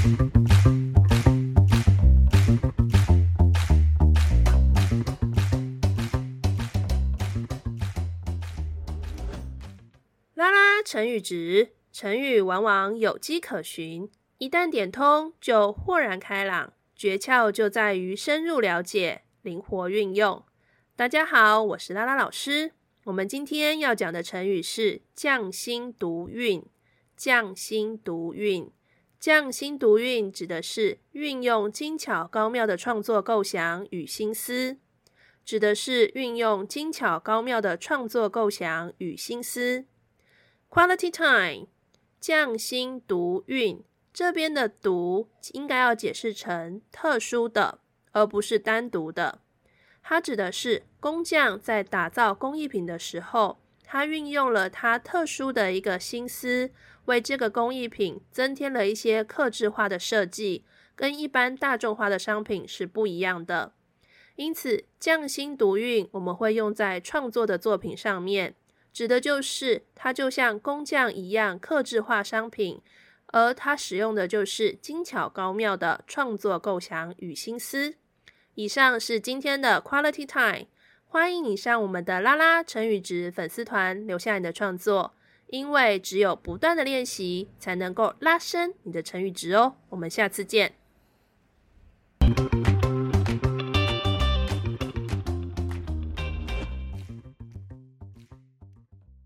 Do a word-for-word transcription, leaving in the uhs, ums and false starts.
拉拉成语质，成语往往有迹可循，一旦点通就豁然开朗，诀窍就在于深入了解，灵活运用。大家好，我是拉拉老师。我们今天要讲的成语是匠心独运。匠心独运，匠心独运指的是运用精巧高妙的创作构想与心思，指的是运用精巧高妙的创作构想与心思。Quality time， 匠心独运，这边的独应该要解释成特殊的，而不是单独的。它指的是工匠在打造工艺品的时候，他运用了他特殊的一个心思，为这个工艺品增添了一些客制化的设计，跟一般大众化的商品是不一样的。因此，匠心独运我们会用在创作的作品上面，指的就是它就像工匠一样客制化商品，而它使用的就是精巧高妙的创作构想与心思。以上是今天的 Quality Time， 欢迎你上我们的拉拉成语质粉丝团留下你的创作，因为只有不断的练习才能够拉升你的成语质哦。我们下次见。